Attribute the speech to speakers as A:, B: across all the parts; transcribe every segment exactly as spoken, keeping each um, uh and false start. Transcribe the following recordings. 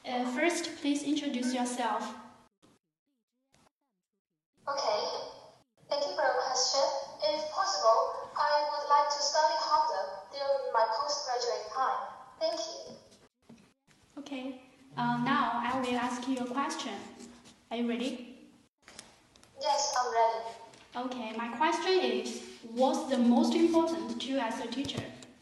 A: Uh, first, please introduce yourself.
B: Okay, thank you for your question. If possible, I would like to study harder during my postgraduate time. Thank you.
A: Okay, uh, now I will ask you a question. Are you ready?
B: Yes, I'm ready.
A: Okay, my question is, what's the most important to you as a teacher?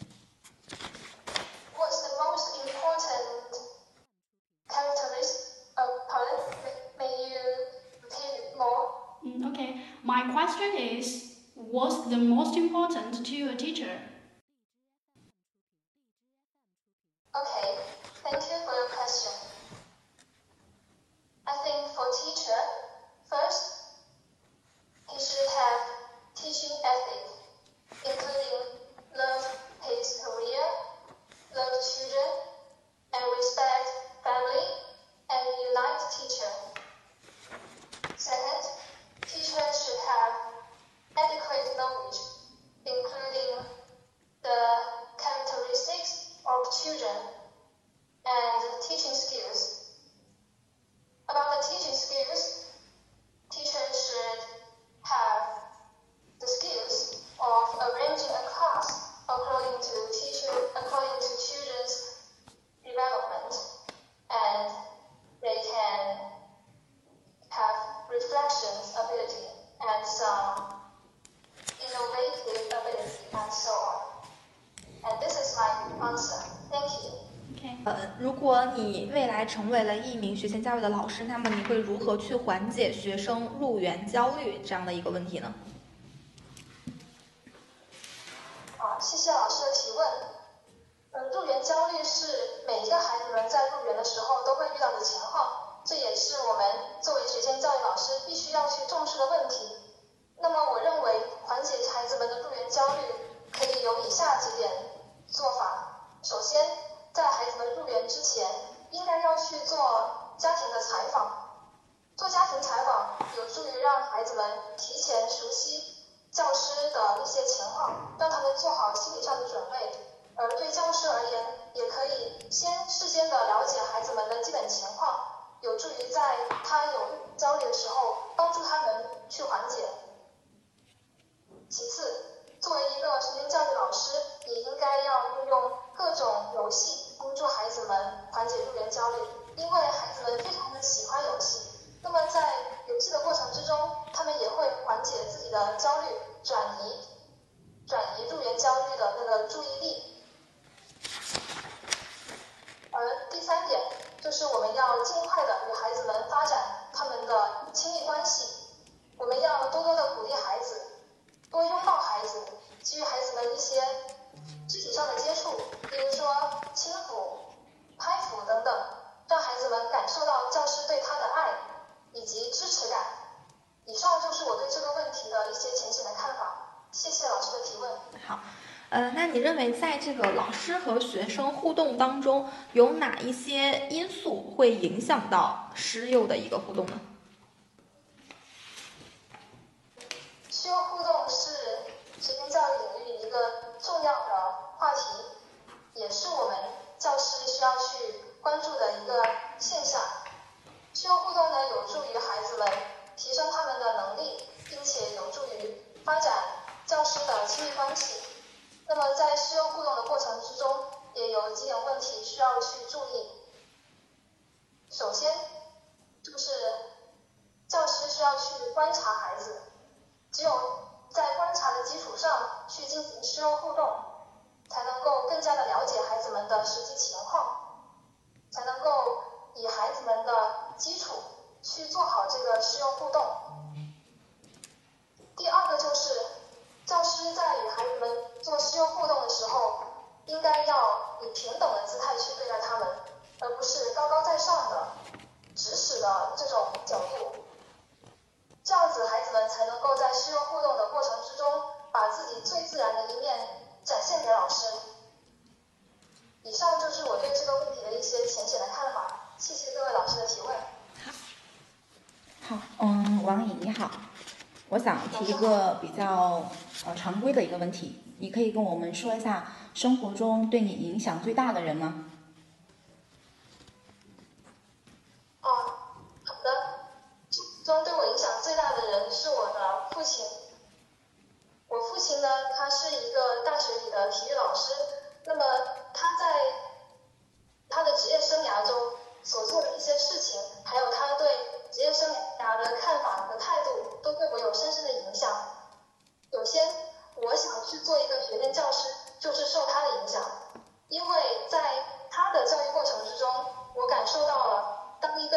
B: What's the most important characteristic of pardon? May you repeat it more?
A: Mm, okay, my question is, what's the most important to a teacher?
B: Okay, thank you for your question. I think for teacher, first, he should have teaching ethic, including love his career, love children, and respect family, and unite teacher. Second, teacher should have adequate knowledge, including the characteristics of children and teaching skills. About the teaching skills, teachers should have the skills of arranging a class according to teacher according to children's development, and they can have reflections ability and some innovative ability and so on. And this is my answer. Thank you.
A: Okay.
C: 呃，如果你未来成为了一名学前教育的老师，那么你会如何去缓解学生入园焦虑这样的一个问题呢？
B: 啊，谢谢老师的提问。嗯，入园焦虑是每一个孩子们在入园的时候都会遇到的情况，这也是我们作为学前教育老师必须要去重视的问题。那么，我认为缓解孩子们的入园焦虑可以有以下几点做法。首先，在孩子们入园之前，应该要去做家庭的采访。做家庭采访有助于让孩子们提前熟悉教师的一些情况，让他们做好心理上的准备。而对教师而言，也可以先事先的了解孩子们的基本情况，有助于在他有焦虑的时候，帮助他们去缓解。其次，作为一个学前教育老师，也应该要运用各种游戏帮助孩子们缓解入园焦虑，因为孩子们非常的喜欢游戏。那么在游戏的过程之中，他们也会缓解自己的焦虑，转移转移入园焦虑的那个注意力。而第三点就是我们要尽快的与孩子们发展他们的亲密关系，我们要多多的鼓励孩子，多拥抱孩子，给予孩子们一些肢体上的接触，比如说亲抚、拍抚等等，让孩子们感受到教师对他的爱以及支持感。以上就是我对这个问题的一些浅显的看法，谢谢老师的提问。
C: 好，呃，那你认为在这个老师和学生互动当中，有哪一些因素会影响到师幼的一个互动呢？
B: 师幼互动是学前教育领域一个重要的话题，也是我们教师需要去关注的一个现象。师幼互动呢，有助于孩子们提升他们的能力，并且有助于发展教师的亲密关系。那么在师幼互动的过程之中，也有几点问题需要去注意。首先，就是教师需要去观察孩子，只有在观察的基础上去进行师幼互动，才能够更加的了解孩子们的实际情况，才能够以孩子们的基础去做好这个师幼互动。第二个就是教师在与孩子们做师幼互动的时候，应该要以平等的姿态去对待他们，而不是高高在上的指使的这种角度。这样子孩子们才能够在师幼互动的过程之中，把自己最自然的一面展现给老师。以上就是我对这个问题的一些浅显的看法，谢谢各位老师的提问。
D: 好，嗯，王颖你好，我想提一个比较呃常规的一个问题，你可以跟我们说一下生活中对你影响最大的人吗？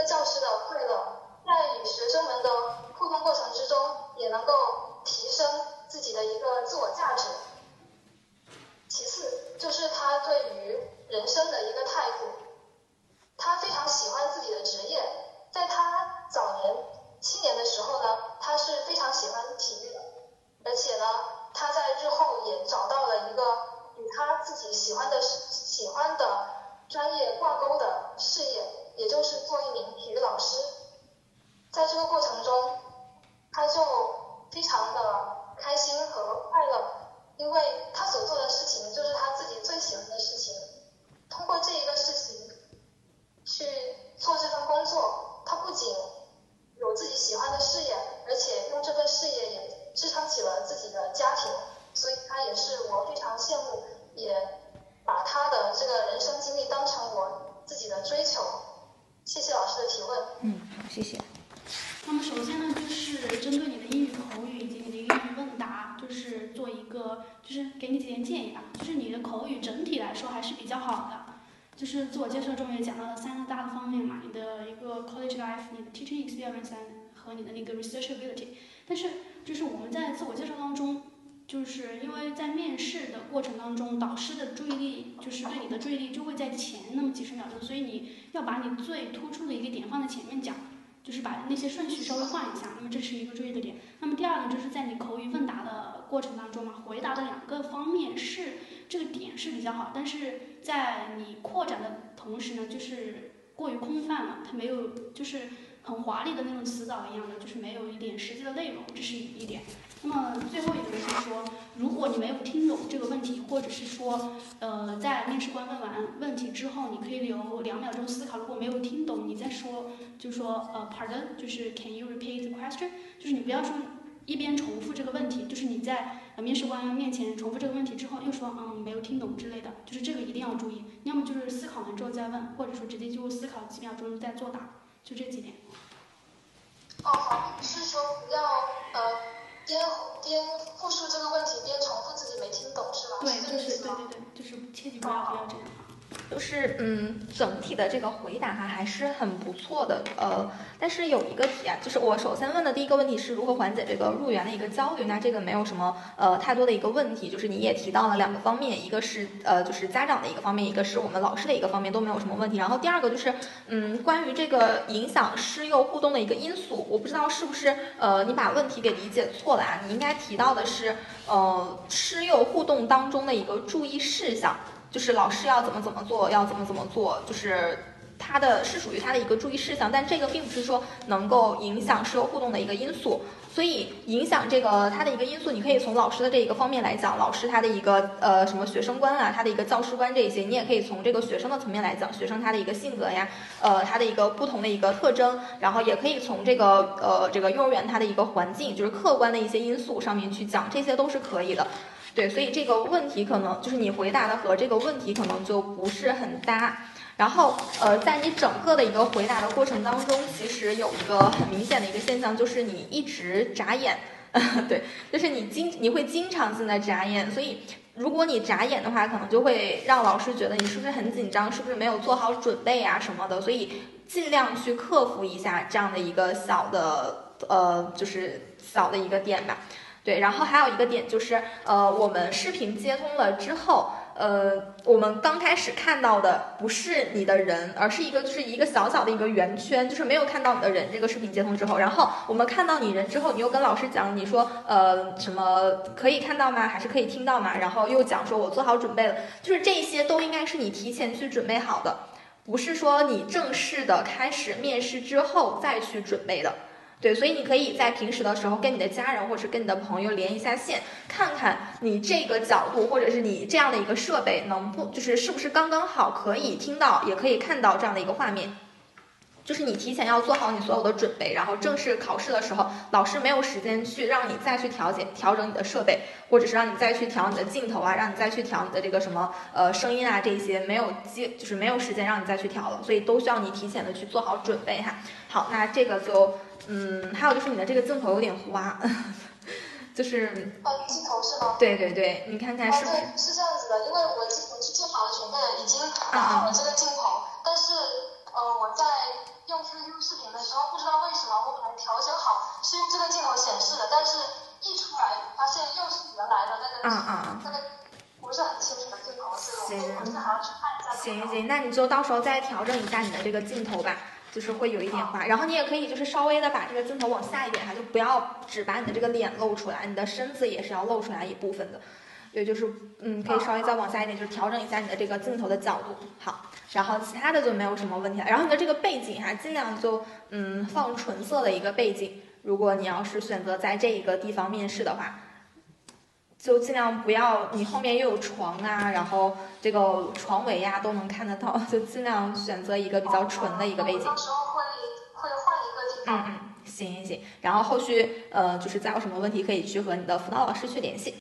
B: 教师的快乐，在与学生们的互动过程之中，也能够提升自己的一个自我价值。其次就是他对于人生的一个态度，他非常喜欢自己的职业，在他早年青年的时候呢，他是非常喜欢体育的，而且呢，他在日后也找到了一个与他自己喜欢的喜欢的专业挂钩的事业，也就是做一名体育老师。在这个过程中，他就非常的开心和快乐，因为他所做的事情就是他自己最喜欢的事情。通过这一个事情去做这份工作，他不仅有自己喜欢的事业，而且用这份事业也支撑起了自己的家庭，所以他也是我非常羡慕，也把他的这个人生经历当成我自己的追求。谢谢老师的提问。
D: 嗯，好，谢谢。
A: 那么首先呢，就是针对你的英语口语以及你的英语问答，就是做一个，就是给你几点建议吧。就是你的口语整体来说还是比较好的，就是自我介绍中也讲到了三个大的方面嘛，你的一个 college life， 你的 teaching experience 和你的那个 research ability。但是就是我们在自我介绍当中，就是因为在面试的过程当中，导师的注意力就是对你的注意力就会在前那么几十秒钟，所以你要把你最突出的一个点放在前面讲。就是把那些顺序稍微换一下，那么这是一个注意的点。那么第二个就是在你口语问答的过程当中嘛，回答的两个方面是这个点是比较好，但是在你扩展的同时呢，就是过于空泛了，它没有就是很华丽的那种词藻一样的，就是没有一点实际的内容，这是一点。那么最后一个就是说，如果你没有听懂这个问题，或者是说，呃，在面试官问完问题之后，你可以留两秒钟思考。如果没有听懂，你再说，就说呃 ，pardon， 就是 can you repeat the question？ 就是你不要说一边重复这个问题，就是你在呃面试官面前重复这个问题之后，又说嗯没有听懂之类的，就是这个一定要注意。要么就是思考完之后再问，或者说直接就思考几秒钟再作答，就这几点。
B: 哦，好，是说不要呃。边边复述这个问题，边重复自己没听懂，是吗？
A: 对，
B: 是这
A: 就是
B: 个意思吗？
A: 对对对，就是切记不要不要这样。
C: 就是嗯，整体的这个回答哈还是很不错的，呃，但是有一个题啊，就是我首先问的第一个问题是如何缓解这个入园的一个焦虑，那这个没有什么呃太多的一个问题，就是你也提到了两个方面，一个是呃就是家长的一个方面，一个是我们老师的一个方面，都没有什么问题。然后第二个就是嗯关于这个影响师幼互动的一个因素，我不知道是不是呃你把问题给理解错了啊？你应该提到的是呃师幼互动当中的一个注意事项。就是老师要怎么怎么做，要怎么怎么做，就是它的是属于它的一个注意事项，但这个并不是说能够影响师友互动的一个因素。所以影响这个它的一个因素，你可以从老师的这一个方面来讲，老师他的一个呃什么学生观啊，他的一个教师观这一些，你也可以从这个学生的层面来讲，学生他的一个性格呀，呃他的一个不同的一个特征，然后也可以从这个呃这个幼儿园它的一个环境，就是客观的一些因素上面去讲，这些都是可以的。对，所以这个问题可能就是你回答的和这个问题可能就不是很搭。然后，呃，在你整个的一个回答的过程当中，其实有一个很明显的一个现象，就是你一直眨眼，对，就是你经你会经常性的眨眼，所以如果你眨眼的话，可能就会让老师觉得你是不是很紧张，是不是没有做好准备啊什么的，所以尽量去克服一下这样的一个小的呃，就是小的一个点吧。对，然后还有一个点就是，呃，我们视频接通了之后，呃，我们刚开始看到的不是你的人，而是一个就是一个小小的一个圆圈，就是没有看到你的人。这个视频接通之后，然后我们看到你人之后，你又跟老师讲，你说，呃，什么可以看到吗？还是可以听到吗？然后又讲说我做好准备了，就是这些都应该是你提前去准备好的，不是说你正式的开始面试之后再去准备的。对，所以你可以在平时的时候跟你的家人或者是跟你的朋友连一下线，看看你这个角度或者是你这样的一个设备能不就是是不是刚刚好可以听到也可以看到这样的一个画面。就是你提前要做好你所有的准备，然后正式考试的时候，老师没有时间去让你再去调节调整你的设备，或者是让你再去调你的镜头啊，让你再去调你的这个什么呃声音啊，这些没有机就是没有时间让你再去调了，所以都需要你提前的去做好准备哈。好，那这个就嗯，还有就是你的这个镜头有点花。就是
B: 哦，镜头是吗？
C: 对对对，你看看是不是？
B: 哦、对，是这样子的，因为我我是做好了准备了，已经拿好了这个镜头，嗯、但是呃我在用 Q Q
C: 行行，那你就到时候再调整一下你的这个镜头吧，就是会有一点花。然后你也可以就是稍微的把这个镜头往下一点哈，就不要只把你的这个脸露出来，你的身子也是要露出来一部分的。对，就是嗯，可以稍微再往下一点，就是调整一下你的这个镜头的角度。好，然后其他的就没有什么问题了。然后你的这个背景哈，尽量就嗯放纯色的一个背景。如果你要是选择在这一个地方面试的话，就尽量不要你后面又有床啊，然后这个床围呀、都能看得到，就尽量选择一个比较纯的一个背景。
B: 到时候会会换一个地方。
C: 嗯嗯，行行行。然后后续呃就是再有什么问题可以去和你的辅导老师去联系。